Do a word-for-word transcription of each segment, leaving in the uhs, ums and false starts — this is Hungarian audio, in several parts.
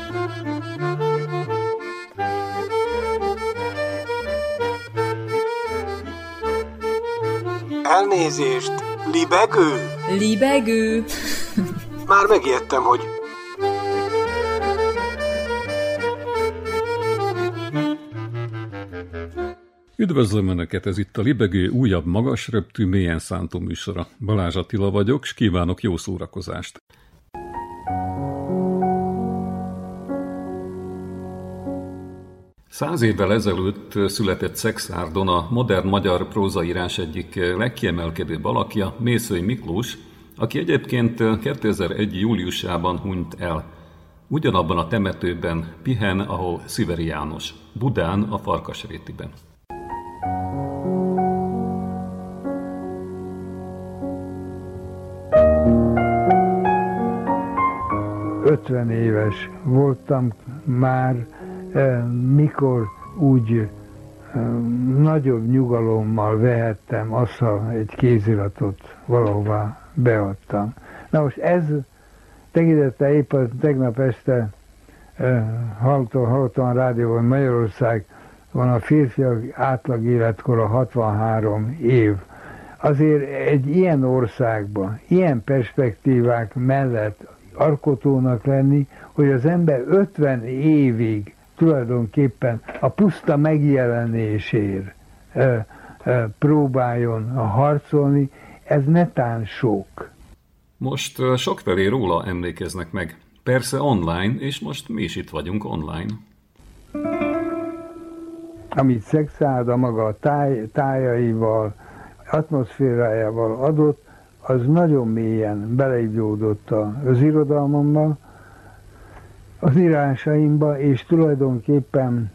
Elnézést, libegő? Libegő. Már megijedtem, hogy... Üdvözlöm Önöket, ez itt a Libegő újabb magasröptű, mélyen szántó műsora. Balázs Attila vagyok, s kívánok jó szórakozást! Száz évvel ezelőtt született Szekszárdon a modern magyar prózaírás egyik legkiemelkedőbb alakja, Mészöly Miklós, aki egyébként kétezer-egy. júliusában hunyt el. Ugyanabban a temetőben pihen, ahol Sziveri János, Budán, a Farkasrétiben. ötven éves voltam már, mikor úgy nagyobb nyugalommal vehettem azt, ha egy kéziratot valahová beadtam. Na most ez tekintettel éppen tegnap este hallottam, hallottam a rádióban, Magyarország van a férfiak átlag életkora hatvanhárom év. Azért egy ilyen országban, ilyen perspektívák mellett alkotónak lenni, hogy az ember ötven évig tulajdonképpen a puszta megjelenésért ö, ö, próbáljon harcolni, ez netán sok. Most sokfelé róla emlékeznek meg. Persze online, és most mi is itt vagyunk online. Amit Szekszárd maga a táj, tájaival, atmoszférájával adott, az nagyon mélyen beleívódott az irodalmamban, az írásaimba, és tulajdonképpen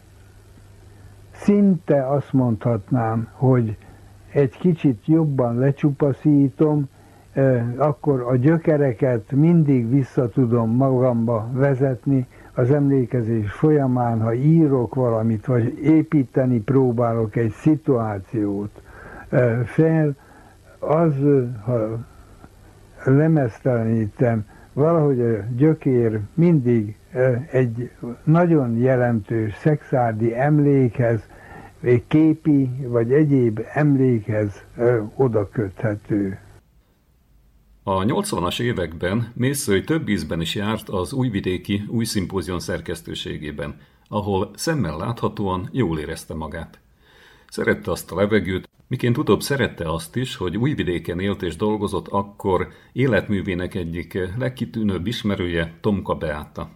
szinte azt mondhatnám, hogy egy kicsit jobban lecsupaszítom, akkor a gyökereket mindig vissza tudom magamba vezetni az emlékezés folyamán, ha írok valamit, vagy építeni próbálok egy szituációt fel, az, ha lemeztelenítem, valahogy a gyökér mindig egy nagyon jelentős szekszárdi emlékhez, képi vagy egyéb emlékhez oda köthető. A nyolcvanas években Mészöly több ízben is járt az Újvidéki Új Szimpózion szerkesztőségében, ahol szemmel láthatóan jól érezte magát. Szerette azt a levegőt, miként utóbb szerette azt is, hogy Újvidéken élt és dolgozott akkor életművének egyik legkitűnőbb ismerője, Tomka Beáta.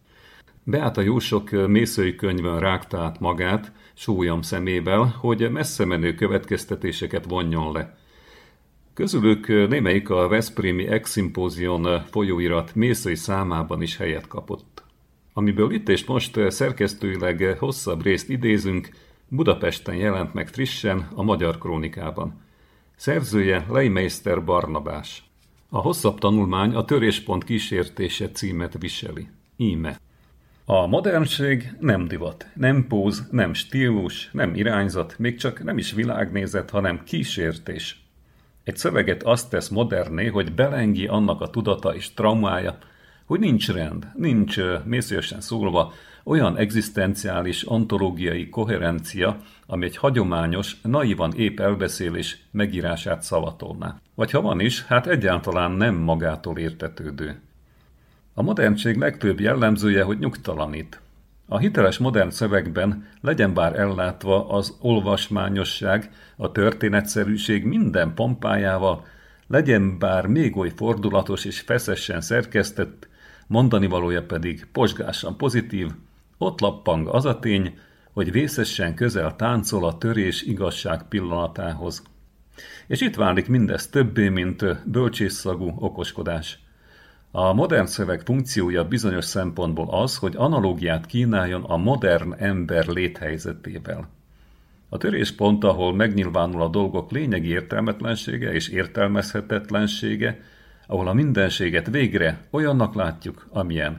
Beáta jó sok Mészöly könyvön rágta át magát, sólyom szemével, hogy messzemenő következtetéseket vonjon le. Közülük némelyik a veszprémi Ex-szimpózion folyóirat Mészöly számában is helyet kapott. Amiből itt és most szerkesztőileg hosszabb részt idézünk, Budapesten jelent meg frissen a Magyar Krónikában. Szerzője Leimeister Barnabás. A hosszabb tanulmány a Töréspont kísértése címet viseli. Íme. A modernség nem divat, nem póz, nem stílus, nem irányzat, még csak nem is világnézet, hanem kísértés. Egy szöveget azt tesz moderné, hogy belengi annak a tudata és traumája, hogy nincs rend, nincs, mészősen szólva, olyan egzisztenciális, ontológiai koherencia, ami egy hagyományos, naívan épp elbeszélés megírását szavatolná. Vagy ha van is, hát egyáltalán nem magától értetődő. A modernség legtöbb jellemzője, hogy nyugtalanít. A hiteles modern szövegben legyen bár ellátva az olvasmányosság, a történetszerűség minden pompájával, legyen bár még oly fordulatos és feszesen szerkesztett, mondanivalója pedig posgásan pozitív, ott lappang az a tény, hogy vészesen közel táncol a törés igazság pillanatához. És itt válik mindez többé, mint bölcsészszagú okoskodás. A modern szöveg funkciója bizonyos szempontból az, hogy analógiát kínáljon a modern ember léthelyzetével. A töréspont, ahol megnyilvánul a dolgok lényegi értelmetlensége és értelmezhetetlensége, ahol a mindenséget végre olyannak látjuk, amilyen.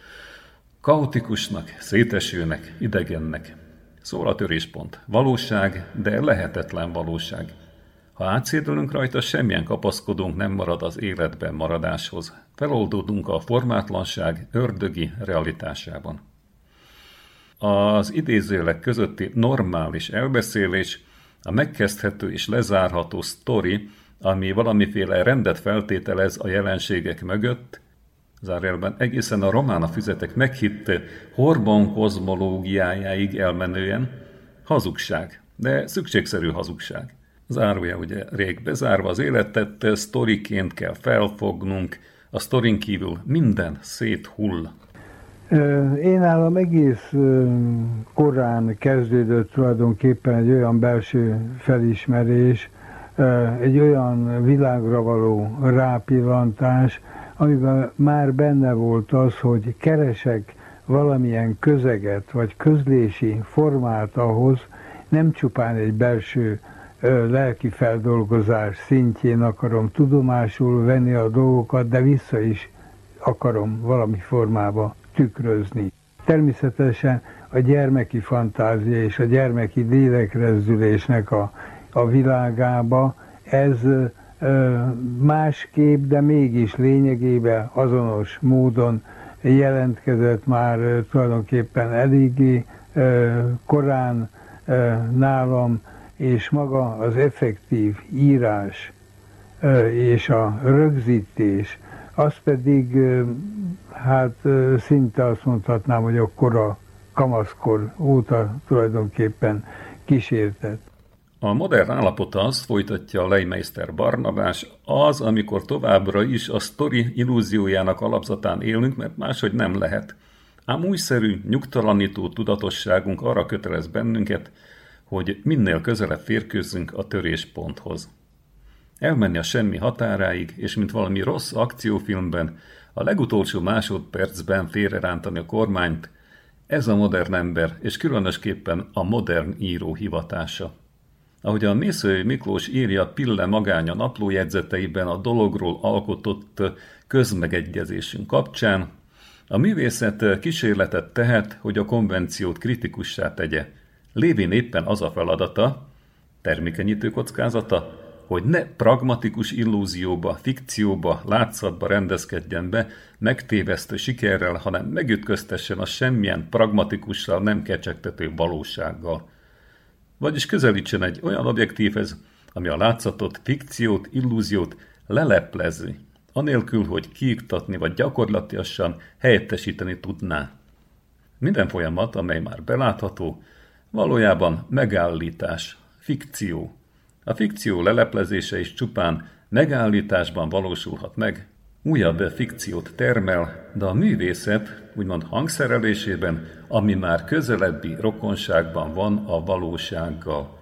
Kaotikusnak, szétesőnek, idegennek. Szól a töréspont. Valóság, de lehetetlen valóság. Ha átszédülünk rajta, semmilyen kapaszkodónk nem marad az életben maradáshoz. Feloldódunk a formátlanság ördögi realitásában. Az idézőjelek közötti normális elbeszélés, a megkezdhető és lezárható sztori, ami valamiféle rendet feltételez a jelenségek mögött, zárjelben egészen a romána füzetek meghitt Horban kozmológiájáig elmenően, hazugság, de szükségszerű hazugság. Zárója ugye rég bezárva, az életet sztoriként kell felfognunk, a sztorin kívül minden széthull. Én nálam egész korán kezdődött tulajdonképpen egy olyan belső felismerés, egy olyan világra való rápillantás, amiben már benne volt az, hogy keresek valamilyen közeget, vagy közlési formát ahhoz, nem csupán egy belső lelki feldolgozás szintjén akarom tudomásul venni a dolgokat, de vissza is akarom valami formába tükrözni. Természetesen a gyermeki fantázia és a gyermeki lélekrezdülésnek a, a világába ez ö, másképp, de mégis lényegében azonos módon jelentkezett már ö, tulajdonképpen eléggé ö, korán ö, nálam, és maga az effektív írás ö, és a rögzítés, az pedig hát szinte azt mondhatnám, hogy a kora kamaszkor óta tulajdonképpen kísértett. A modern állapot az, folytatja Leymeister Barnabás, az, amikor továbbra is a sztori illúziójának alapzatán élünk, mert máshogy nem lehet. Ám újszerű, nyugtalanító tudatosságunk arra kötelez bennünket, hogy minél közelebb férkőzzünk a törésponthoz. Elmenni a semmi határáig, és mint valami rossz akciófilmben, a legutolsó másodpercben félrerántani a kormányt, ez a modern ember, és különösképpen a modern író hivatása. Ahogy a Mészöly Miklós írja Pille Magánya naplójegyzeteiben a dologról alkotott közmegegyezésünk kapcsán, a művészet kísérletet tehet, hogy a konvenciót kritikussá tegye, lévén éppen az a feladata, termékenyítő kockázata, hogy ne pragmatikus illúzióba, fikcióba, látszatba rendezkedjen be, megtévesztő sikerrel, hanem megütköztessen a semmilyen pragmatikussal nem kecsegtető valósággal. Vagyis közelítsen egy olyan objektívhez, ami a látszatot, fikciót, illúziót leleplezi, anélkül, hogy kiiktatni vagy gyakorlatiasan helyettesíteni tudná. Minden folyamat, amely már belátható, valójában megállítás, fikció. A fikció leleplezése is csupán megállításban valósulhat meg, újabb fikciót termel, de a művészet, úgymond hangszerelésében, ami már közelebbi rokonságban van a valósággal.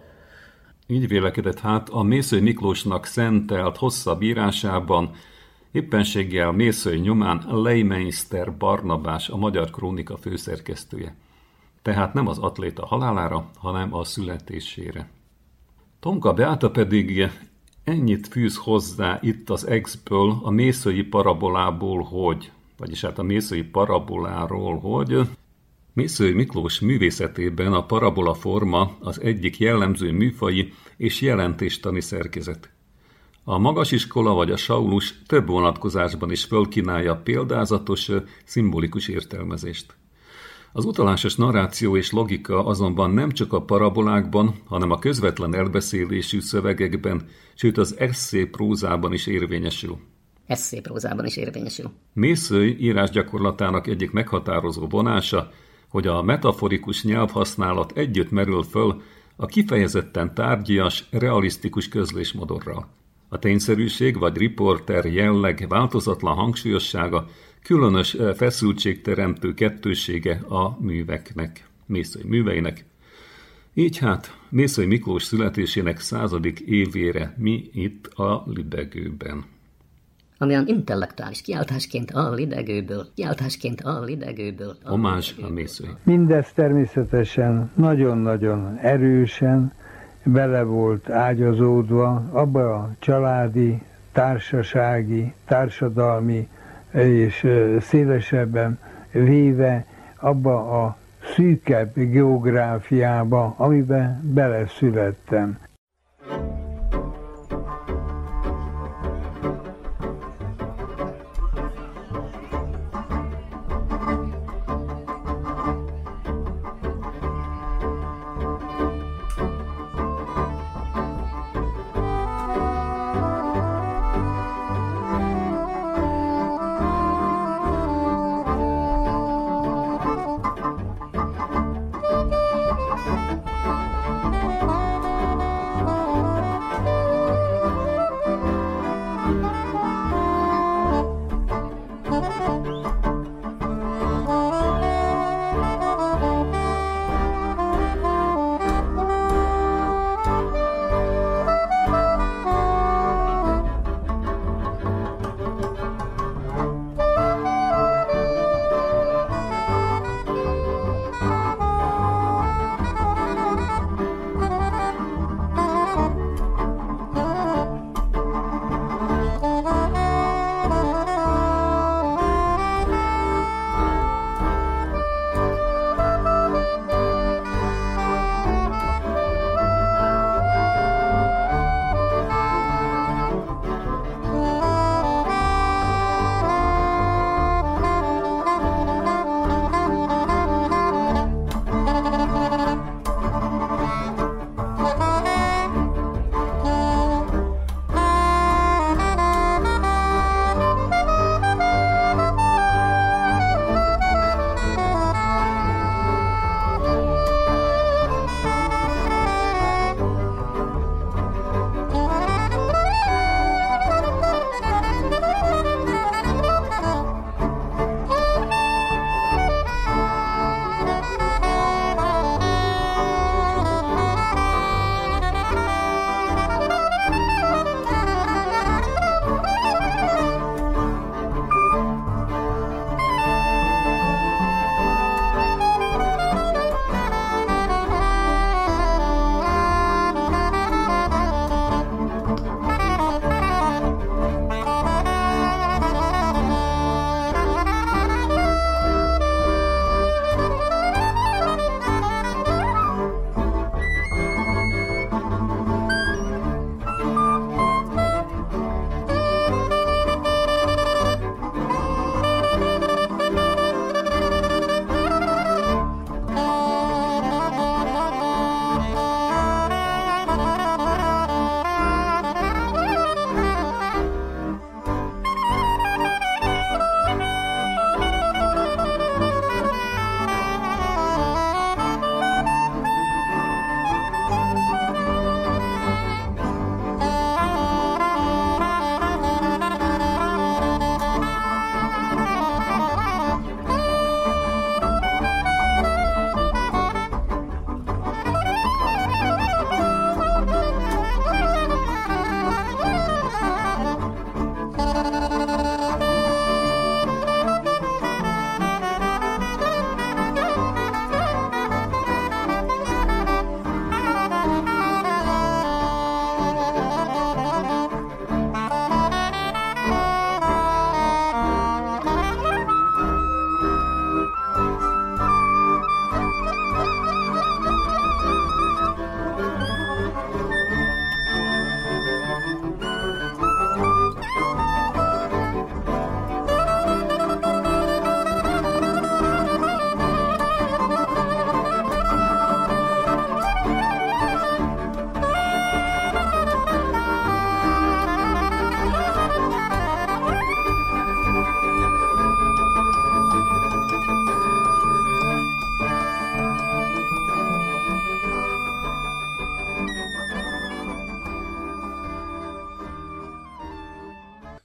Így vélekedett hát a Mészöly Miklósnak szentelt hosszabb írásában, éppenséggel Mészöly nyomán Leymeister Barnabás, a Magyar Krónika főszerkesztője. Tehát nem az atléta halálára, hanem a születésére. Tomka Beáta pedig ennyit fűz hozzá itt az X-ből, a mészölyi parabolából, hogy, vagyis hát a mészölyi paraboláról, hogy Mészöly Miklós művészetében a parabola forma az egyik jellemző műfaji és jelentéstani szerkezet. A magasiskola vagy a Saulus több vonatkozásban is fölkínálja példázatos, szimbolikus értelmezést. Az utalásos narráció és logika azonban nem csak a parabolákban, hanem a közvetlen elbeszélésű szövegekben, sőt az esszé prózában is érvényesül. Esszé prózában is érvényesül. Mészöly írásgyakorlatának egyik meghatározó vonása, hogy a metaforikus nyelvhasználat együtt merül föl a kifejezetten tárgyias, realisztikus közlésmodorral. A tényszerűség vagy riporter jelleg változatlan hangsúlyossága, különös feszültségteremtő kettősége a műveknek, Mészöly műveinek. Így hát Mészöly Miklós születésének századik évére mi itt a Libegőben. Amilyen intellektuális kiáltásként a lidegőből, kiáltásként a lidegőből. A Homázs a Mészöly. Mindez természetesen nagyon-nagyon erősen bele volt ágyazódva abba a családi, társasági, társadalmi és szélesebben véve abba a szűkebb geográfiába, amiben beleszülettem.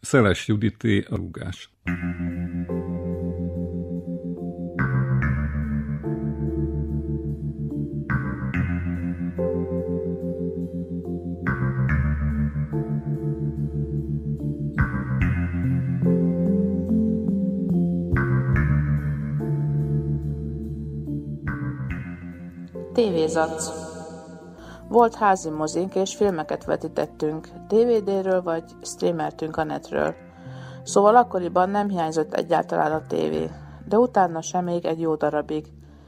Szeles Judité a rúgás. Tévézac. Volt házi mozink és filmeket vetítettünk, dé vé dé-ről vagy streameltünk a netről. Szóval akkoriban nem hiányzott egyáltalán a tévé, de utána sem még egy jó darabig.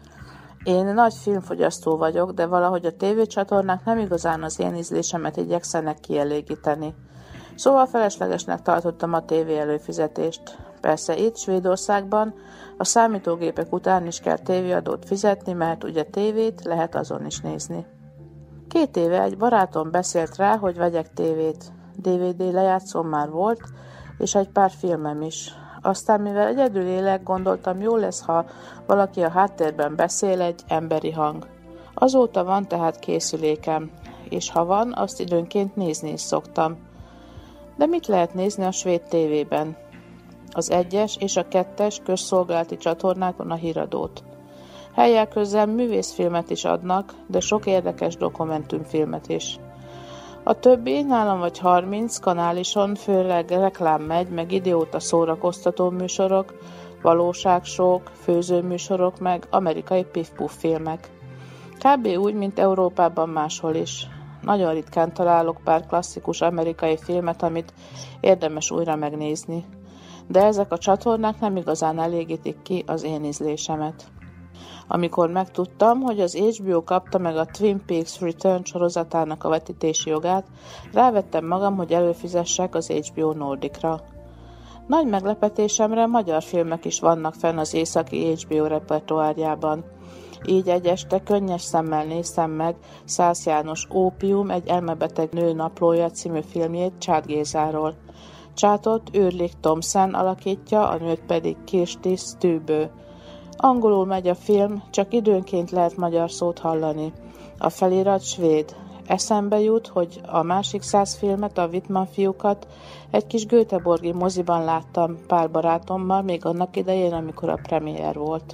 Én nagy filmfogyasztó vagyok, de valahogy a tévécsatornák nem igazán az én ízlésemet igyekszenek kielégíteni. Szóval feleslegesnek tartottam a tévé előfizetést. Persze itt Svédországban a számítógépek után is kell tévéadót fizetni, mert ugye tévét lehet azon is nézni. Két éve egy barátom beszélt rá, hogy vegyek tévét. dé vé dé lejátszóm már volt, és egy pár filmem is. Aztán mivel egyedül élek, gondoltam, jó lesz, ha valaki a háttérben beszél, egy emberi hang. Azóta van tehát készülékem, és ha van, azt időnként nézni is szoktam. De mit lehet nézni a svéd tévében? Az egyes és a kettes közszolgálati csatornákon a híradót. Helyek közel művészfilmet is adnak, de sok érdekes dokumentumfilmet is. A többi, nálam vagy harminc kanálison főleg reklám megy, meg idióta szórakoztató műsorok, valóságsók, főzőműsorok, meg amerikai pif-puff filmek. Kb. Úgy, mint Európában máshol is. Nagyon ritkán találok pár klasszikus amerikai filmet, amit érdemes újra megnézni. De ezek a csatornák nem igazán elégítik ki az én ízlésemet. Amikor megtudtam, hogy az há bé o kapta meg a Twin Peaks Return sorozatának a vetítési jogát, rávettem magam, hogy előfizessek az há bé o Nordicra. Nagy meglepetésemre magyar filmek is vannak fenn az északi há bé o repertoárjában. Így egy este könnyes szemmel néztem meg Szász János Ópium, egy elmebeteg nő naplója című filmjét Csát Gézáról. Csátot Ulrich Thomsen alakítja, a nőt pedig Kirsti Stübö. Angolul megy a film, csak időnként lehet magyar szót hallani. A felirat svéd. Eszembe jut, hogy a másik száz filmet, a Wittmann fiúkat egy kis Göteborgi moziban láttam pár barátommal, még annak idején, amikor a premier volt.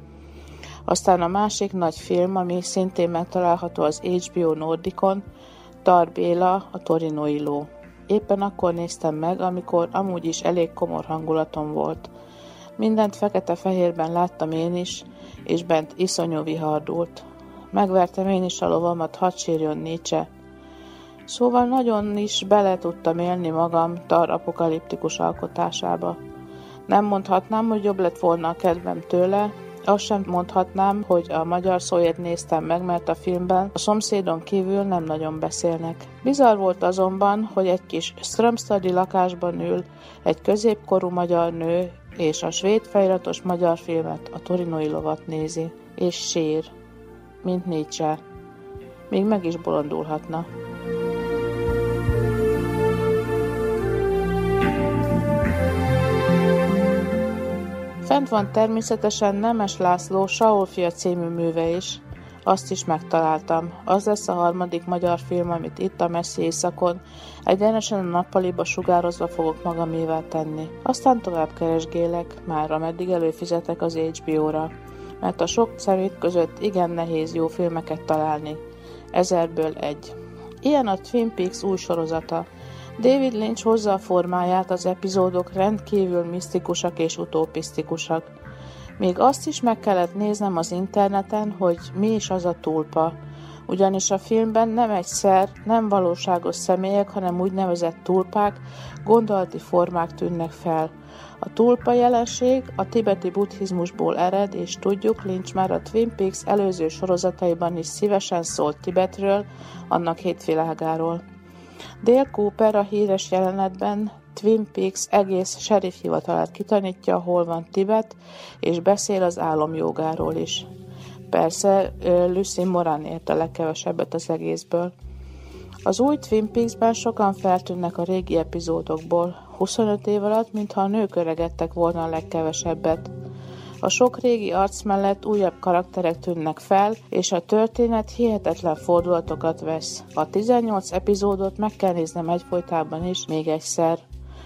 Aztán a másik nagy film, ami szintén megtalálható az há bé o Nordicon, Tar Béla, a torinói ló. Éppen akkor néztem meg, amikor amúgy is elég komor hangulatom volt. Mindent fekete-fehérben láttam én is, és bent iszonyú vihardult. Megvertem én is a lovamat, hadd sírjon Nietzsche. Szóval nagyon is bele tudtam élni magam Tar apokaliptikus alkotásába. Nem mondhatnám, hogy jobb lett volna a kedvem tőle, azt sem mondhatnám, hogy a magyar szóért néztem meg, mert a filmben a szomszédon kívül nem nagyon beszélnek. Bizarr volt azonban, hogy egy kis Strömstadi lakásban ül egy középkorú magyar nő, és a svéd feliratos magyar filmet, a torinói lovat nézi, és sír, mint Nietzsche. Még meg is bolondulhatna. Fent van természetesen Nemes László Saul-fia című műve is. Azt is megtaláltam. Az lesz a harmadik magyar film, amit itt a messzi éjszakon egyenesen a nappaliba sugározva fogok magamével tenni. Aztán tovább keresgélek, már ameddig előfizetek az há bé o-ra, mert a sok szemét között igen nehéz jó filmeket találni. Ezerből egy. Ilyen a Twin Peaks új sorozata. David Lynch hozza a formáját, az epizódok rendkívül misztikusak és utopisztikusak. Még azt is meg kellett néznem az interneten, hogy mi is az a tulpa. Ugyanis a filmben nem egyszer, nem valóságos személyek, hanem úgynevezett tulpák, gondolati formák tűnnek fel. A tulpa jelenség a tibeti buddhizmusból ered, és tudjuk, Lynch már a Twin Peaks előző sorozataiban is szívesen szólt Tibetről, annak hét világáról. Dale Cooper a híres jelenetben Twin Peaks egész sheriff hivatalát kitanítja, hol van Tibet, és beszél az álomjógáról is. Persze Lucy Moran ért a legkevesebbet az egészből. Az új Twin Peaksben sokan feltűnnek a régi epizódokból, huszonöt év alatt, mintha a nők öregedtek volna a legkevesebbet. A sok régi arc mellett újabb karakterek tűnnek fel, és a történet hihetetlen fordulatokat vesz. A tizennyolc epizódot meg kell néznem egyfolytában is, még egyszer.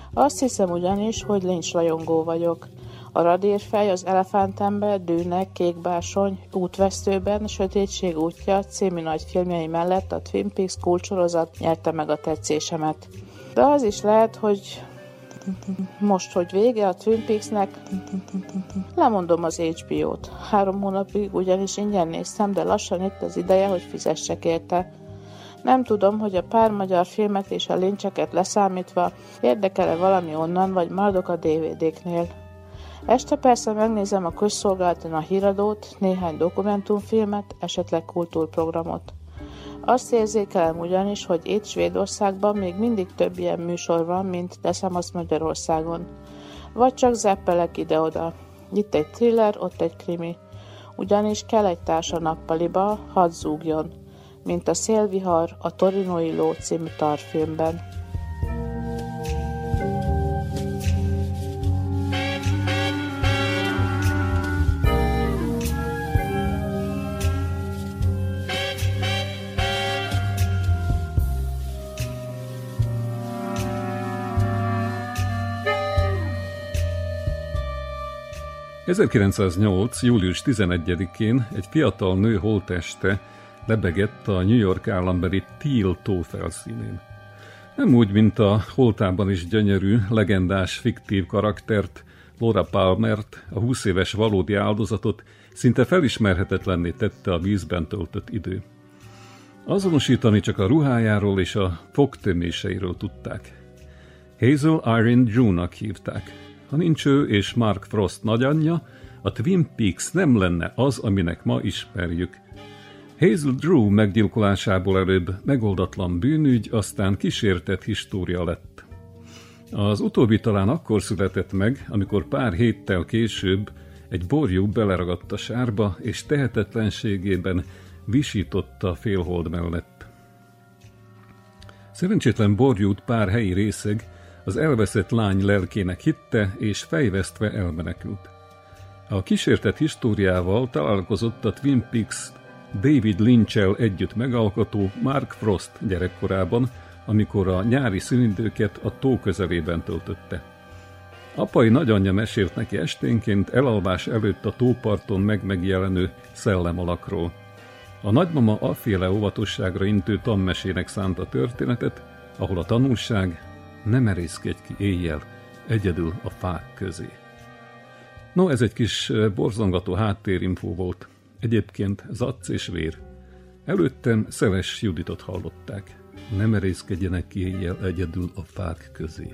Azt hiszem ugyanis, hogy Lynch rajongó vagyok. A radírfej, az elefántember, Dűnek, Kékbársony, Útvesztőben, Sötétség útja című nagy filmjei mellett a Twin Peaks kulcsorozat nyerte meg a tetszésemet. De az is lehet, hogy most, hogy vége a Twin Peaksnek, lemondom az há bé ó-t. Három hónapig ugyanis ingyen néztem, de lassan itt az ideje, hogy fizessek érte. Nem tudom, hogy a pár magyar filmet és a Lyncheket leszámítva érdekel-e valami onnan, vagy maradok a dé vé dé-knél. Este persze megnézem a közszolgálaton a híradót, néhány dokumentumfilmet, esetleg kultúrprogramot. Azt érzékelem ugyanis, hogy itt Svédországban még mindig több ilyen műsor van, mint teszem azt Magyarországon. Vagy csak zeppelek ide-oda. Itt egy thriller, ott egy krimi. Ugyanis kell egy társ a nappaliba, hadd zúgjon, mint a Szélvihar a Torinói ló című tarfilmben. ezerkilencszáznyolc. július tizenegyedikén egy fiatal nő holtteste lebegett a New York állambeli Teal tó felszínén. Nem úgy, mint a holtában is gyönyörű, legendás, fiktív karaktert, Laura Palmert, a húsz éves valódi áldozatot szinte felismerhetetlenné tette a vízben töltött idő. Azonosítani csak a ruhájáról és a fogtöméseiről tudták. Hazel Irene Drew-nak hívták. Ha nincs ő és Mark Frost nagyanyja, a Twin Peaks nem lenne az, aminek ma ismerjük. Hazel Drew meggyilkolásából előbb megoldatlan bűnügy, aztán kísértett história lett. Az utóbbi talán akkor született meg, amikor pár héttel később egy borjú beleragadt a sárba, és tehetetlenségében visította a félhold mellett. Szerencsétlen borjút pár helyi részeg az elveszett lány lelkének hitte, és fejvesztve elmenekült. A kísértett históriával találkozott a Twin Peaks David Lynch-el együtt megalkotó Mark Frost gyerekkorában, amikor a nyári szünidőket a tó közelében töltötte. Apai nagyanyja mesélt neki esténként elalvás előtt a tóparton meg-megjelenő szellemalakról. A nagymama afféle óvatosságra intő tanmesének szánta történetet, ahol a tanulság: ne merészkedj ki éjjel egyedül a fák közé. No, ez egy kis borzongató háttérinfó volt. Egyébként zacc és vér. Előttem Szeles Juditot hallották. Ne merészkedjenek ki éjjel egyedül a fák közé.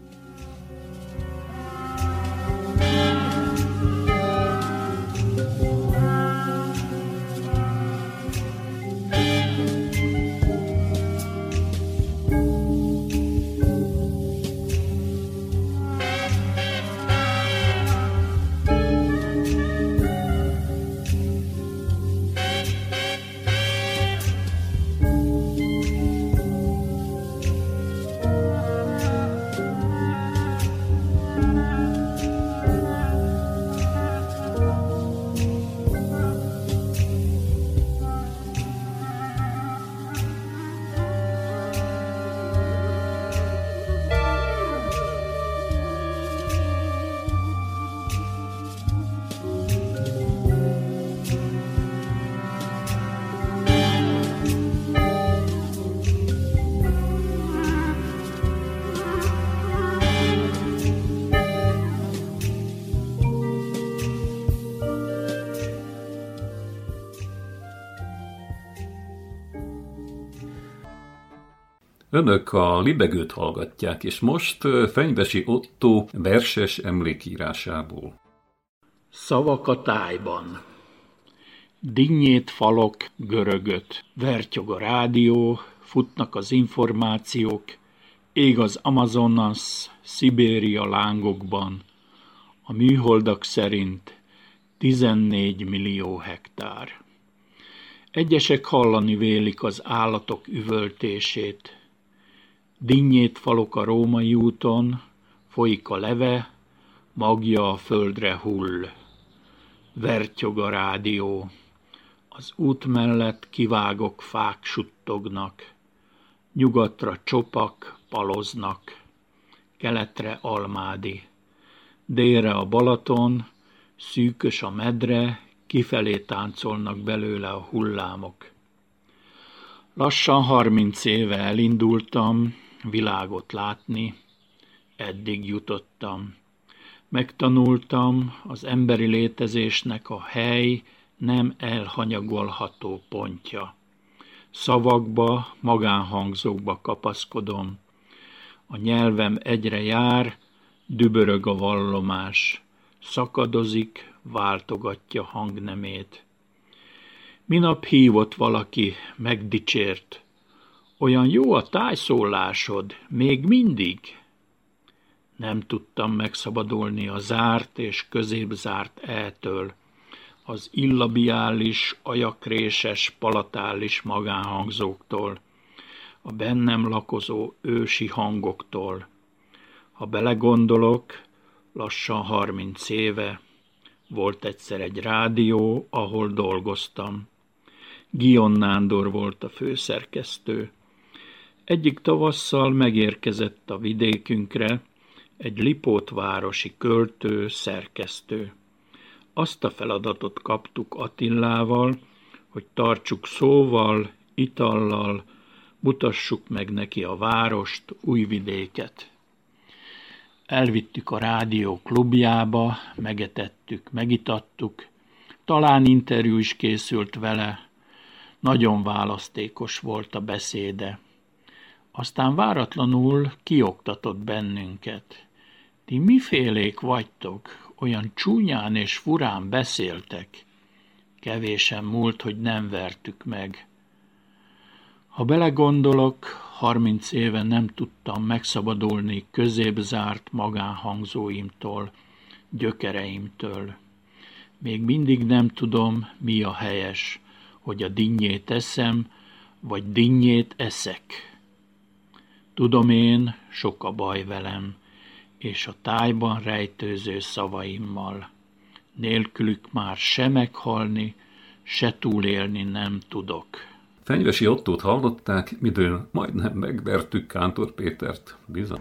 Önök a Libegőt hallgatják, és most Fenyvesi Ottó verses emlékírásából. Szavak a tájban. Dinnyét falok, görögöt, vertyog a rádió, futnak az információk, ég az Amazonas, Szibéria lángokban, a műholdak szerint tizennégy millió hektár. Egyesek hallani vélik az állatok üvöltését. Dinnyét falok a Római úton, folyik a leve, magja a földre hull. Vertyog a rádió, az út mellett kivágok fák suttognak, nyugatra csopak paloznak, keletre Almádi. Délre a Balaton, szűkös a medre, kifelé táncolnak belőle a hullámok. Lassan harminc éve elindultam világot látni, eddig jutottam. Megtanultam, az emberi létezésnek a hely nem elhanyagolható pontja. Szavakba, magánhangzókba kapaszkodom. A nyelvem egyre jár, dübörög a vallomás. Szakadozik, váltogatja hangnemét. Minap hívott valaki, megdicsért. Olyan jó a tájszólásod, még mindig? Nem tudtam megszabadulni a zárt és középzárt e-től, az illabiális, ajakréses, palatális magánhangzóktól, a bennem lakozó ősi hangoktól. Ha belegondolok, lassan harminc éve, volt egyszer egy rádió, ahol dolgoztam. Guion Nándor volt a főszerkesztő. Egyik tavasszal megérkezett a vidékünkre egy lipótvárosi költő, szerkesztő. Azt a feladatot kaptuk Attilával, hogy tartsuk szóval, itallal, mutassuk meg neki a várost, Újvidéket. Elvittük a rádió klubjába, megetettük, megitattuk, talán interjú is készült vele, nagyon választékos volt a beszéde. Aztán váratlanul kioktatott bennünket. Ti mifélék vagytok, olyan csúnyán és furán beszéltek. Kevésen múlt, hogy nem vertük meg. Ha belegondolok, harminc éve nem tudtam megszabadulni középzárt magánhangzóimtól, gyökereimtől. Még mindig nem tudom, mi a helyes, hogy a dinnyét eszem, vagy dinnyét eszek. Tudom én, sok a baj velem, és a tájban rejtőző szavaimmal. Nélkülük már se meghalni, se túlélni nem tudok. Fenyvesi Ottót hallották, midől majdnem megvertük Kántor Pétert, bizony.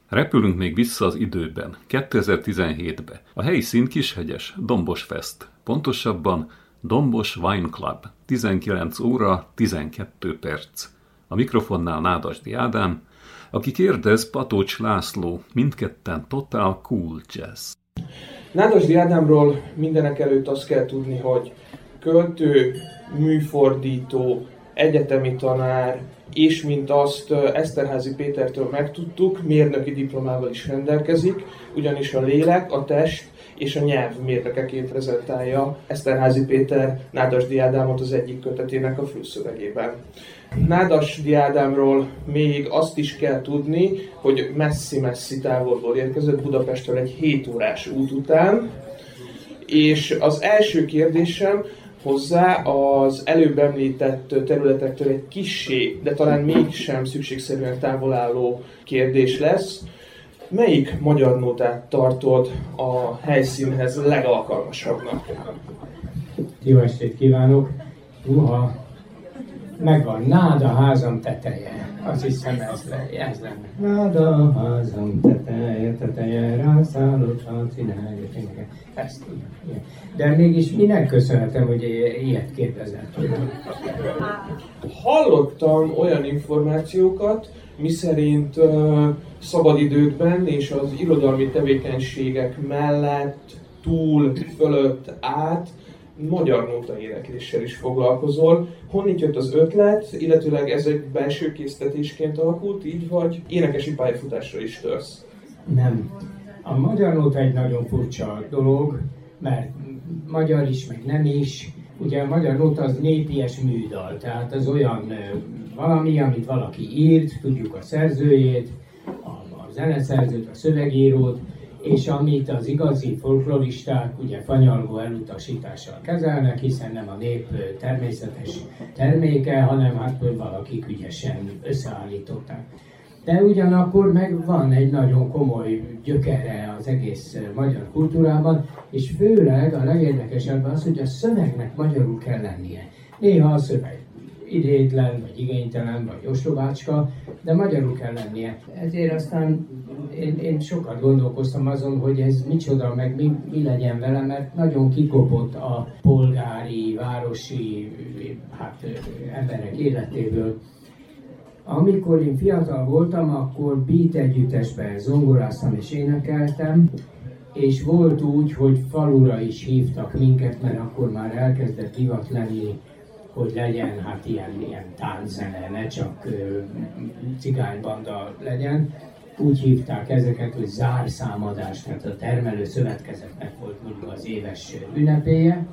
Repülünk még vissza az időben, kétezer-tizenhétbe. A helyszín Kishegyes, Dombos Fest, pontosabban Dombos Wine Club, tizenkilenc óra, tizenkét perc. A mikrofonnál Nádasdy Ádám, aki kérdez Patócs László, mindketten Total Cool Jazz. Nádasdy Ádámról mindenek előtt azt kell tudni, hogy költő, műfordító, egyetemi tanár, és mint azt Eszterházy Pétertől megtudtuk, mérnöki diplomával is rendelkezik, ugyanis a lélek, a test és a nyelv mérnökeként prezentálja Eszterházy Péter Nádasdy Ádámot az egyik kötetének a fülszövegében. Nádasdy Ádámról még azt is kell tudni, hogy messzi-messzi távolból érkezett Budapestről egy hét órás út után, és az első kérdésem hozzá az előbb említett területektől egy kissé, de talán mégsem szükségszerűen távol álló kérdés lesz. Melyik magyar nótát tartod a helyszínhez legalkalmasabbnak? Jó estét kívánok! Uha, megvan, náda házam teteje. Azt hiszem ez, le, ez lenne. Náda házam teteje, teteje, rászállott a csinálja. Ezt tudom. De mégis minek köszönhetem, hogy ilyet kérdezett? Hallottam olyan információkat, miszerint uh, szabadidődben és az irodalmi tevékenységek mellett, túl, fölött, át magyar nóta énekléssel is foglalkozol. Honnét jött az ötlet, illetőleg ez egy belső késztetésként alakult, így vagy énekesi pályafutásra is törsz? Nem. A magyar nóta egy nagyon furcsa dolog, mert magyar is, meg nem is. Ugye a magyar nóta az népies műdal, tehát az olyan valami, amit valaki írt, tudjuk a szerzőjét, a zeneszerzőt, a szövegírót, és amit az igazi folkloristák ugye fanyalgó elutasítással kezelnek, hiszen nem a nép természetes terméke, hanem hát valakik ügyesen összeállították. De ugyanakkor meg van egy nagyon komoly gyökere az egész magyar kultúrában, és főleg a legérdekesebb az, hogy a szövegnek magyarul kell lennie. Néha a szöveg idétlen, vagy igénytelen, vagy ostobácska, de magyarul kell lennie. Ezért aztán én, én sokat gondolkoztam azon, hogy ez micsoda, meg mi, mi legyen vele, mert nagyon kikopott a polgári, városi hát, emberek életéből. Amikor én fiatal voltam, akkor beat együttesben zongoráztam és énekeltem, és volt úgy, hogy falura is hívtak minket, mert akkor már elkezdett divat lenni, hogy legyen hát ilyen, ilyen tánczene, ne csak ö, cigánybanda legyen. Úgy hívták ezeket, hogy zárszámadás, tehát a termelő szövetkezetnek volt mondjuk az éves ünnepéje.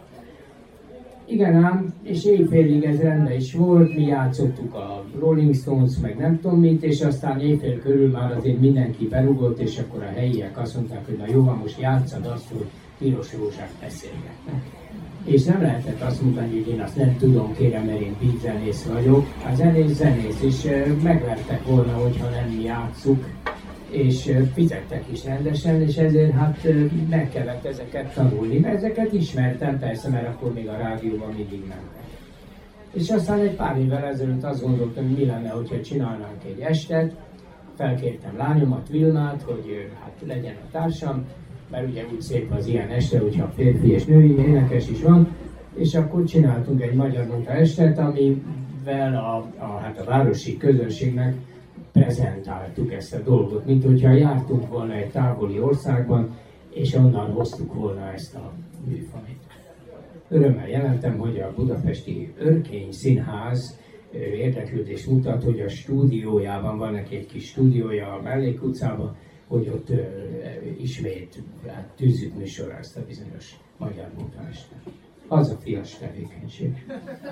Igen ám, és éjfélig ez rendben is volt, mi játszottuk a Rolling Stones, meg nem tudom mit, és aztán éjfél körül már azért mindenki berugott, és akkor a helyiek azt mondták, hogy na jó, van, most játsszad azt, hogy piros rózsák beszélgetnek. És nem lehetett azt mondani, hogy én azt nem tudom, kérem, mert én beatzenész vagyok. A zenész zenész, és megvertek volna, hogyha nem játsszuk, és fizettek is rendesen, és ezért hát meg kellett ezeket tanulni. Mert ezeket ismertem persze, mert akkor még a rádióban mindig mentek. És aztán egy pár évvel ezelőtt azt gondoltam, hogy mi lenne, hogyha csinálnánk egy estet. Felkértem lányomat, Vilmát, hogy hát legyen a társam, mert ugye úgy szép az ilyen este, hogyha férfi és női énekes is van, és akkor csináltunk egy magyar nóta estet, amivel a, a, hát a városi közönségnek prezentáltuk ezt a dolgot, mint hogyha jártunk volna egy távoli országban, és onnan hoztuk volna ezt a műfajt. Örömmel jelentem, hogy a budapesti Örkény Színház érdeklődést mutat, hogy a stúdiójában, van neki egy kis stúdiója a Mellék utcában, hogy ott ö, ismét hát, tűzzük műsorra ezt a bizonyos magyar nóta este. Az a fias tevékenység.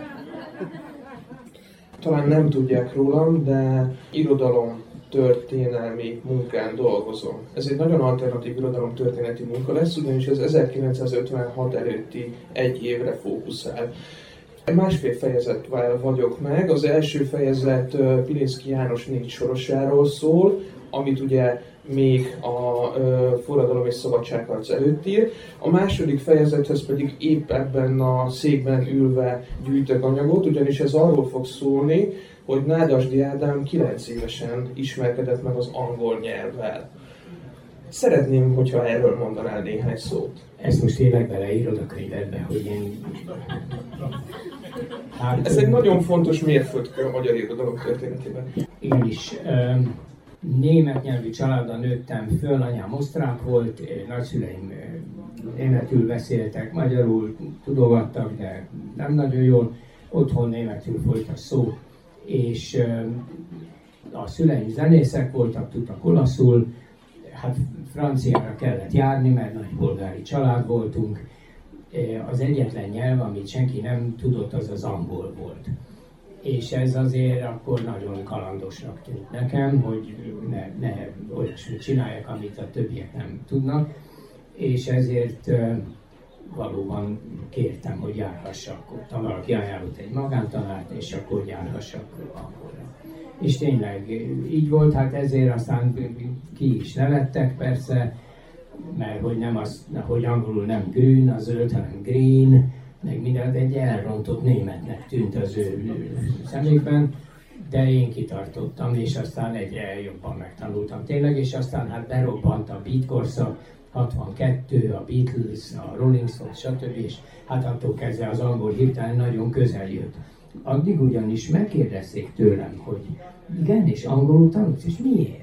Talán nem tudják rólam, de irodalom történelmi munkán dolgozom. Ez egy nagyon alternatív irodalom történeti munka lesz, ugyanis ez ezerkilencszázötvenhat előtti egy évre fókuszál. Másfél fejezetvel vagyok meg. Az első fejezet Pilinszky János négy sorosáról szól, amit ugye még a ö, forradalom és szabadságharc előtt ír. A második fejezethez pedig épp ebben a székben ülve gyűjtök anyagot, ugyanis ez arról fog szólni, hogy Nádasdy Ádám kilenc évesen ismerkedett meg az angol nyelvvel. Szeretném, hogyha erről mondanál néhány szót. Ezt most tényleg beleírod a könyvedbe, hogy én... Hát, ez egy nagyon fontos mérföldkő a magyar irodalom történetében. Igenis, német nyelvű családban nőttem föl, anyám osztrák volt, nagyszüleim németül beszéltek, magyarul tudogattak, de nem nagyon jól, otthon németül folyt a szó, és a szüleim zenészek voltak, tudtak olaszul, hát franciára kellett járni, mert nagy polgári család voltunk. Az egyetlen nyelv, amit senki nem tudott, az az angol volt. És ez azért akkor nagyon kalandosnak tűnt nekem, hogy ne, ne olyasmit csináljak, amit a többiek nem tudnak, és ezért valóban kértem, hogy járhassak. Ott valaki ajánlott egy magántanárt, és akkor járhassak angolra. És tényleg így volt, hát ezért aztán ki is nevettek persze, mert hogy nem az, hogy angolul nem grün, a zöld, hanem green, meg mindent egy elrontott németnek tűnt az ő szemükben, de én kitartottam, és aztán egyre jobban megtanultam tényleg, és aztán hát berobbant a beat korszak, hatvankettő, a Beatles, a Rolling Stones, stb. És hát attól kezdve az angol hirtelen nagyon közel jött. Addig ugyanis megkérdezték tőlem, hogy igen, és angolul tanulsz, és miért?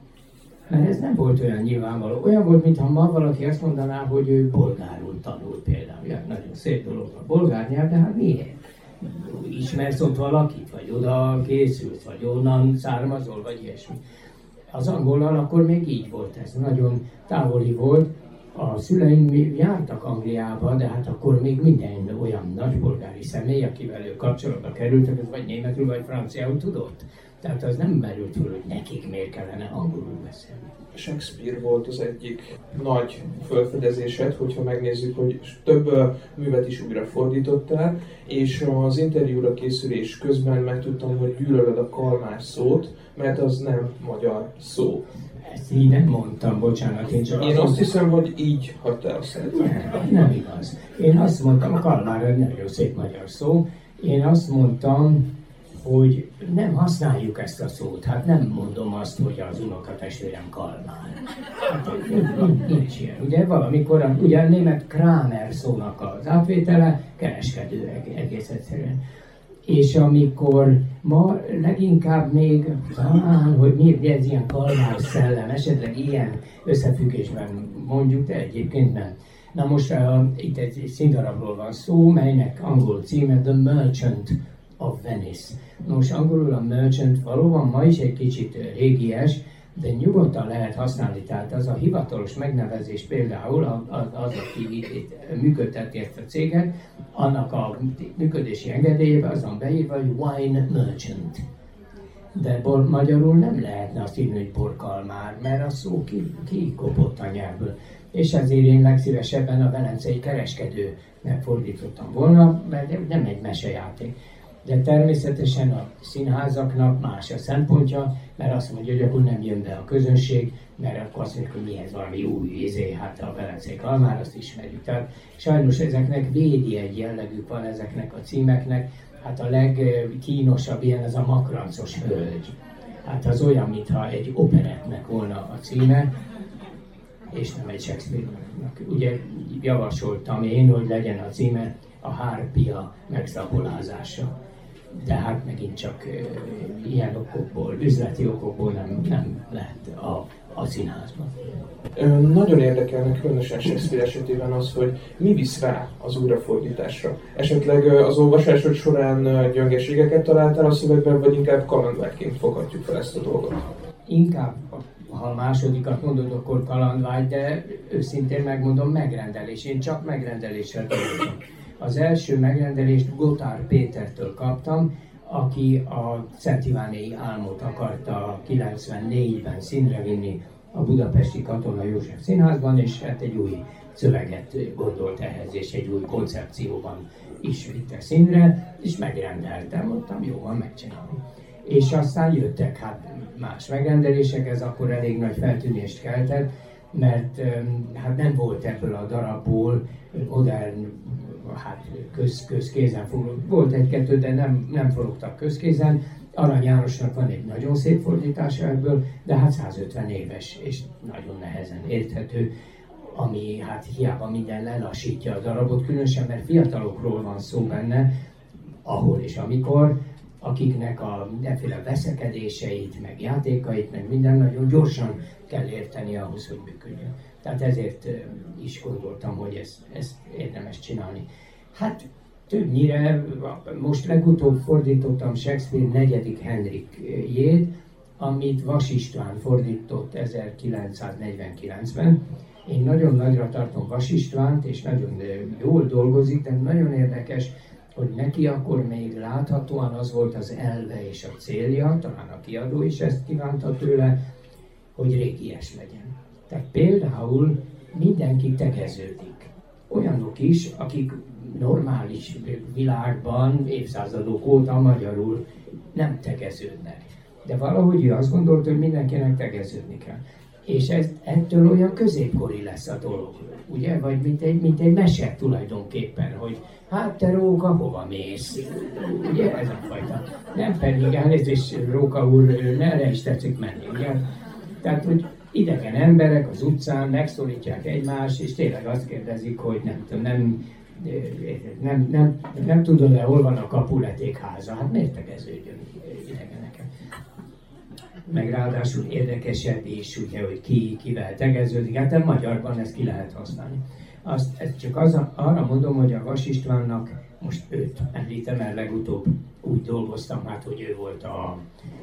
Mert ez nem volt olyan nyilvánvaló. Olyan volt, mintha ma valaki azt mondaná, hogy ő bolgárul tanul például. Ja, nagyon szép dolog a bolgár nyelv, de hát miért? Ismersz ott valakit, vagy oda készülsz, vagy onnan származol, vagy ilyesmi. Az angollal akkor még így volt ez, nagyon távoli volt. A szüleim jártak Angliába, de hát akkor még minden olyan nagypolgári személy, akivel ők kapcsolatba kerültek, az vagy németül, vagy franciául tudott. Tehát az nem merült föl, hogy nekik miért kellene angolul beszélni. Shakespeare volt az egyik nagy felfedezésed, hogyha megnézzük, hogy több művet is újra fordítottál, és az interjúra készülés közben megtudtam, hogy gyűlölöd a kalmár szót, mert az nem magyar szó. Ezt így nem mondtam, bocsánat, én csak Én azt, azt hiszem, hogy így hagytál a szeretet. Nem, nem igaz. Én azt mondtam, a kalmár egy nagyon szép magyar szó, én azt mondtam, hogy nem használjuk ezt a szót. Hát nem mondom azt, hogy az unokatestvérem kalmár. Hát nincs ilyen. Ugye valamikor, a, ugye a német Kramer szónak az átvétele, kereskedő egész egyszerűen. És amikor ma leginkább még talán, hogy mi ez ilyen kalmár szellem, esetleg ilyen összefüggésben mondjuk, de egyébként nem. Na most uh, itt egy színdarabról van szó, melynek angol címe The Merchant of Venice. Nos, angolul a merchant valóban ma is egy kicsit régies, de nyugodtan lehet használni. Tehát az a hivatalos megnevezés például az, az aki itt működteti ezt a céget, annak a működési engedélyében azon beírva, hogy wine merchant. De bor, magyarul nem lehetne azt írni, hogy borkalmár, mert a szó kikopott ki a nyelvből. És ezért én legszívesebben a velencei kereskedőnek fordítottam volna, mert nem egy mesejáték. De természetesen a színházaknak más a szempontja, mert azt mondja, hogy akkor nem jön be a közönség, mert akkor azt mondjuk, hogy mi ez valami új izé, hát a velencei kalmár, azt ismerjük. Tehát sajnos ezeknek védi egy jellegük van ezeknek a címeknek, hát a legkínosabb ilyen ez a Makrancos hölgy. Hát az olyan, mintha egy operettnek volna a címe, és nem egy Shakespeare-nak. Ugye javasoltam én, hogy legyen a címe a Hárpia megszapolázása. De hát megint csak uh, ilyen okokból, üzleti okokból nem, nem lehet a, a színházban. Nagyon érdekelnek, különösen Shakespeare esetében az, hogy mi visz rá az újrafordításra. Esetleg az olvasásod során gyöngeségeket találtál a szövegben, vagy inkább kalandvágyként foghatjuk fel ezt a dolgot? Inkább, ha a másodikat mondod, akkor kalandvágy, de őszintén megmondom, megrendelés. Én csak megrendeléssel dolgozom. Az első megrendelést Gotár Pétertől kaptam, aki a Szent Ivánéi Álmot akarta kilencvennégyben színre vinni a budapesti Katona József Színházban, és hát egy új szöveget gondolt ehhez, és egy új koncepcióban is vitte színre, és megrendeltem, mondtam, jó van, megcsinálom. És aztán jöttek hát más megrendelések, ez akkor elég nagy feltűnést keltett, mert hát nem volt ebből a darabból modern, hát köz, közkézen foglalkozó. Volt egy-kettő, de nem, nem forogtak közkézen. Arany Jánosnak van egy nagyon szép fordítása ebből, de hát százötven éves, és nagyon nehezen érthető, ami hát hiába minden lelassítja a darabot, különösen mert fiatalokról van szó benne, ahol és amikor, akiknek a mindenféle veszekedéseit, meg játékait, meg minden nagyon gyorsan kell érteni ahhoz, hogy működjön. Tehát ezért is gondoltam, hogy ezt, ezt érdemes csinálni. Hát többnyire, most legutóbb fordítottam Shakespeare negyedik Henrikjét, amit Vas István fordított ezerkilencszáznegyvenkilencben. Én nagyon nagyra tartom Vas Istvánt, és nagyon jól dolgozik, de nagyon érdekes, hogy neki akkor még láthatóan az volt az elve és a célja, talán a kiadó is ezt kívánta tőle, hogy régies legyen. Tehát például mindenki tegeződik. Olyanok is, akik normális világban évszázadok óta magyarul nem tegeződnek. De valahogy ő azt gondolta, hogy mindenkinek tegeződni kell. És ez, ettől olyan középkori lesz a dolog, ugye? Vagy mint egy, mint egy mese tulajdonképpen, hogy hát te Róka, hova mész? Ugye ez a fajta. Nem pedig elnézést, Róka úr, merre is tetszik menni, ugye? Tehát, hogy idegen emberek az utcán megszólítják egymást, és tényleg azt kérdezik, hogy nem tudom, nem, nem, nem, nem tudod-e, hol van a kapuletékháza? Hát miért tegeződjön idegeneket? Meg ráadásul érdekesebb is, ugye, hogy ki kivel tegeződik, hát a magyarban ezt ki lehet használni. Azt, ezt csak az, arra mondom, hogy a Vas Istvánnak, most őt említem, mert legutóbb úgy dolgoztam, hát, hogy ő volt a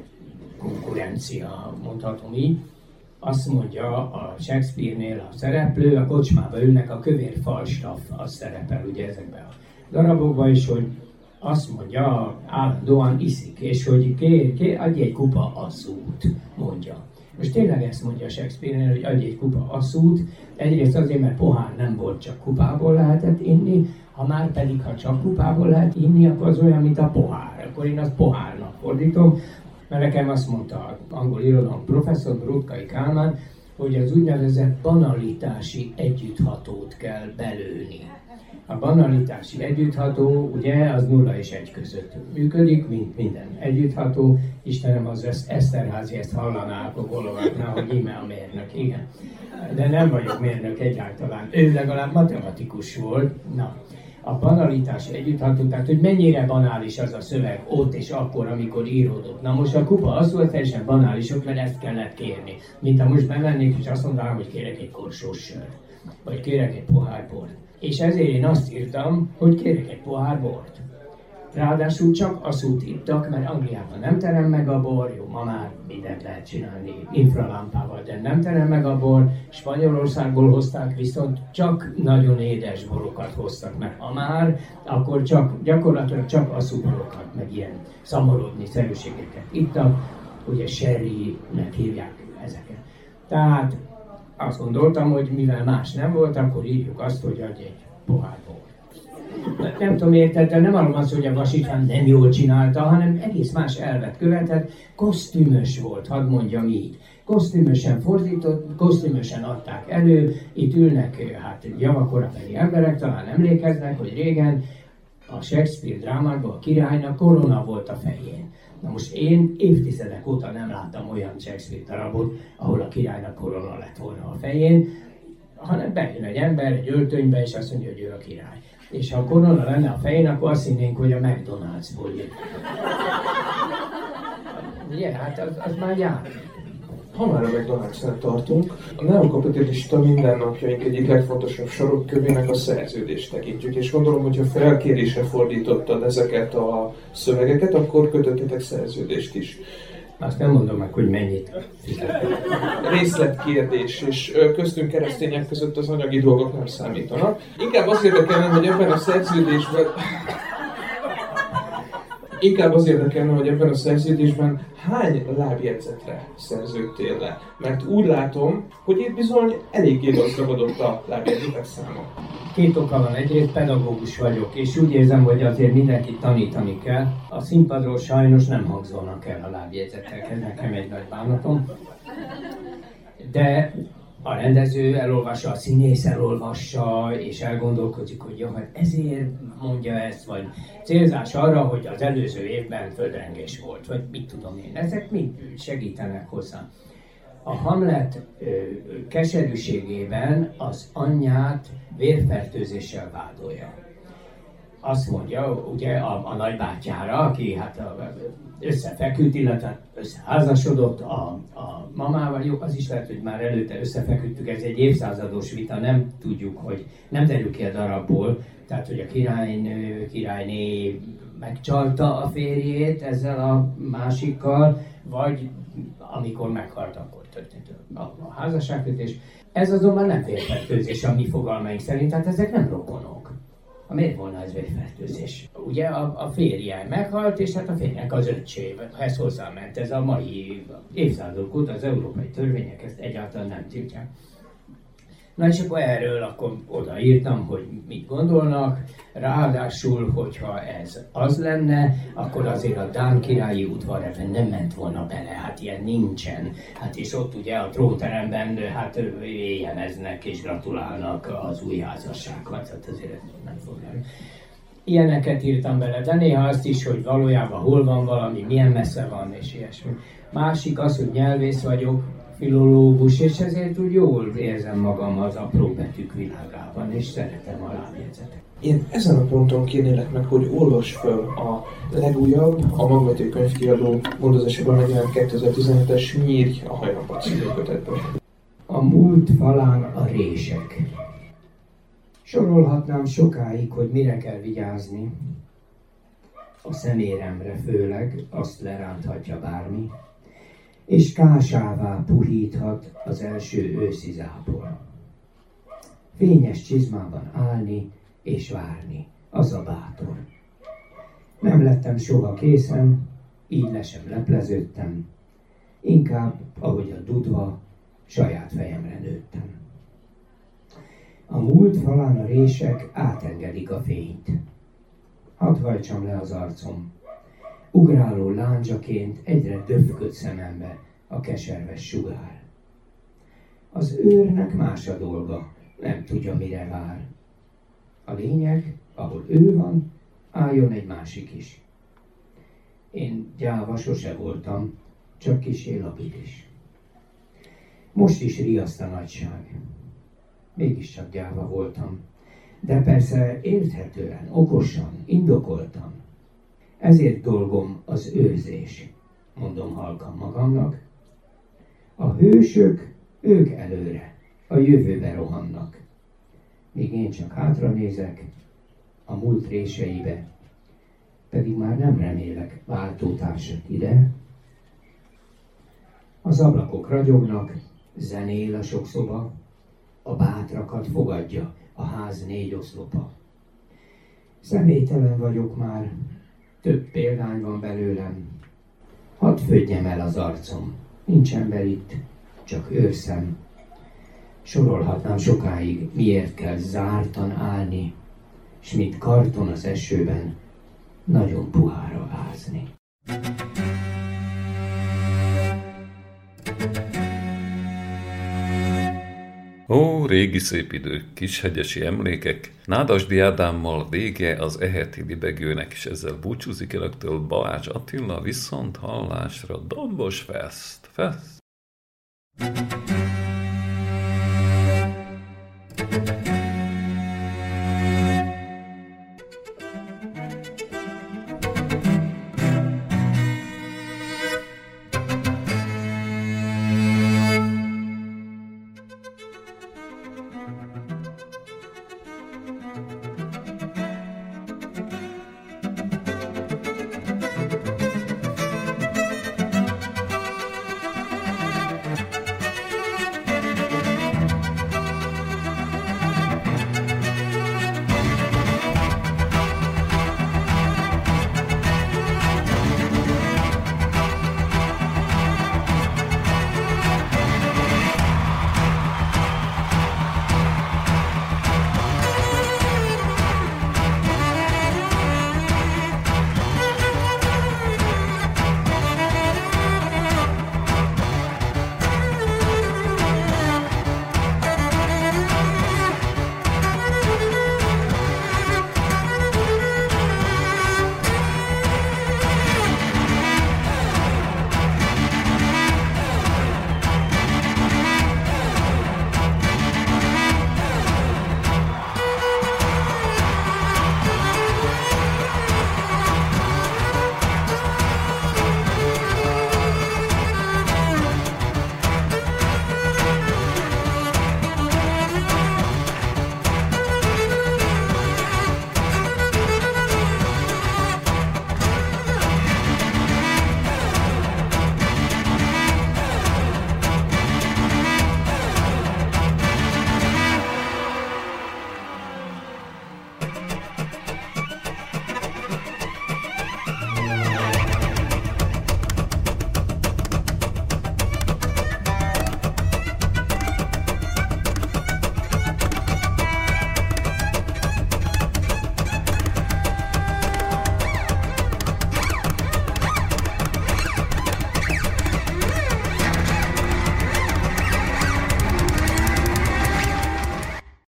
konkurencia, mondhatom így. Azt mondja a Shakespeare-nél a szereplő, a kocsmába ülnek, a kövér Falstaff, az szerepel ugye ezekben a darabokban is, hogy azt mondja, állandóan iszik, és hogy kér, kér, adj egy kupa asszút, mondja. Most tényleg ezt mondja Shakespeare-nél, hogy adj egy kupa asszút, egyrészt azért, mert pohár nem volt, csak kupából lehetett inni, ha már pedig, ha csak kupából lehet inni, akkor az olyan, mint a pohár. Akkor én azt pohárnak fordítom, mert nekem azt mondta az angol irodalom professzor, Brutkai Kálmán, hogy az úgynevezett banalitási együtthatót kell belőni. A banalitási együttható, ugye, az nulla és egy között működik, mint minden együttható. Istenem, az Eszterházy ezt hallaná, akkor bologatná, hogy íme a mérnök, igen. De nem vagyok mérnök egyáltalán. Ő legalább matematikus volt. Na, a banalitási együttható, tehát hogy mennyire banális az a szöveg ott és akkor, amikor íródott. Na most a kupa az volt teljesen banálisok, mert ezt kellett kérni. Mint ha most bemennék és azt mondanám, hogy kérek egy korsós sört, vagy kérek egy pohár bort. És ezért én azt írtam, hogy kérek egy pohár bort. Ráadásul csak asszút ittak, mert Angliában nem terem meg a bor, jó, ma már mindent lehet csinálni infralámpával, de nem terem meg a bor. Spanyolországból hozták, viszont csak nagyon édes borokat hoztak, mert ha már, akkor csak, gyakorlatilag csak asszúborokat, meg ilyen szamorodni szerűségeket ittak, ugye sherry-nek hívják ezeket. Tehát azt gondoltam, hogy mivel más nem volt, akkor írjuk azt, hogy adj egy pohár bort. Nem tudom, érted, de nem arról van szó, hogy a Vas István nem jól csinálta, hanem egész más elvet követett, kosztümös volt, hadd mondjam így. Kosztümösen fordított, kosztümösen adták elő, itt ülnek hát javakorabeli emberek, talán emlékeznek, hogy régen a Shakespeare drámákban a királynak korona volt a fején. Na most én évtizedek óta nem láttam olyan Shakespeare darabot, ahol a királynak korona lett volna a fején, hanem bejön egy ember egy öltönybe, és azt mondja, hogy ő a király. És ha a korona lenne a fején, akkor azt hinnénk, hogy a McDonald's-ból jön. Ugye, hát az, az már játék. Ha már a McDonald's-nál tartunk, a neokapitalista mindennapjaink egyik legfontosabb sarokkövének a szerződést tekintjük, és gondolom, hogyha felkérésre fordítottad ezeket a szövegeket, akkor kötöttetek szerződést is. Azt nem mondom meg, hogy mennyit fizettek. Részletkérdés, és köztünk keresztények között az anyagi dolgok nem számítanak. Inkább az érdekelne, hogy ebben a szerződésben... Inkább az érdekelne, hogy ebben a szerződésben hány lábjegyzetre szerződtél le. Mert úgy látom, hogy itt bizony eléggé gazdagodott a lábjegyzetek száma. Két oka van, egyrészt pedagógus vagyok, és úgy érzem, hogy azért mindenkit tanítani kell. A színpadról sajnos nem hangzolnak el a lábjegyzetek, ez nekem egy nagy bánatom. De a rendező elolvassa, a színész elolvassa, és elgondolkodik, hogy jó, hát ezért mondja ezt, vagy célzás arra, hogy az előző évben földrengés volt, vagy mit tudom én. Ezek mind segítenek hozzá. A Hamlet ö, keserűségében az anyját vérfertőzéssel vádolja. Azt mondja, ugye a, a nagybátyjára, aki hát összefeküdt, illetve összeházasodott a, a mamával, jó, az is lehet, hogy már előtte összefeküdtük, ez egy évszázados vita, nem tudjuk, hogy nem derül ki a darabból, tehát hogy a királynő, királyné megcsalta a férjét ezzel a másikkal, vagy amikor meghalt, akkor történt a, a házasságkötés. Ez azonban nem vérfertőzés a mi fogalmaink szerint, tehát ezek nem rokonok. Miért volna ez vérfertőzés? Ugye a, a férje meghalt, és hát a férjnek az öccséhez hozzáment. Ez a mai évszázadok óta az európai törvények ezt egyáltalán nem tiltják. Na és akkor erről akkor odaírtam, hogy mit gondolnak, ráadásul, hogyha ez az lenne, akkor azért a dán királyi udvar ebben nem ment volna bele, hát ilyen nincsen. Hát és ott ugye a trónteremben hát éjjeleznek és gratulálnak az új házassághoz, hát azért nem fog el. Ilyeneket írtam bele, de néha azt is, hogy valójában hol van valami, milyen messze van és ilyesmi. Másik az, hogy nyelvész vagyok, filológus, és ezért úgy jól érzem magam az apró betűk világában, és szeretem a lábjegyzetet. Én ezen a ponton kérnélek meg, hogy olvass föl a legújabb, a Magvető könyvkiadó gondozásában megjelent kétezer-tizenhetes Nyírj a hajnapot című kötetből. A múlt falán a rések. Sorolhatnám sokáig, hogy mire kell vigyázni. A szeméremre főleg, azt leránthatja bármi, és kásává puhíthat az első őszi zápor. Fényes csizmában állni és várni, az a bátor. Nem lettem soha készen, így le sem lepleződtem, inkább, ahogy a dudva, saját fejemre nőttem. A múlt falán a rések átengedik a fényt. Hadd hajtsam le az arcom, ugráló láncsaként egyre döfköd szemembe a keserves sugár. Az őrnek más a dolga, nem tudja, mire vár. A lényeg, ahol ő van, álljon egy másik is. Én gyáva sose voltam, csak kissé labilis. Most is riaszt a nagyság. Mégiscsak gyáva voltam, de persze érthetően, okosan, indokoltam. Ezért dolgom az őrzés, mondom halkan magamnak. A hősök, ők előre, a jövőbe rohannak. Míg én csak hátra nézek, a múlt réseibe, pedig már nem remélek váltótársat ide. Az ablakok ragyognak, zenél a sok szoba, a bátrakat fogadja a ház négy oszlopa. Személytelen vagyok már, több példány van belőlem. Hadd födjem el az arcom, nincs ember itt, csak őrszem. Sorolhatnám sokáig, miért kell zártan állni, s mint karton az esőben, nagyon puhára ázni. Ó, régi szép idők, kishegyesi emlékek. Nádasdy Ádámmal vége az e heti libegőnek, és ezzel búcsúzik önöktől Balázs Attila, viszont hallásra, Dombos Fest! Fest!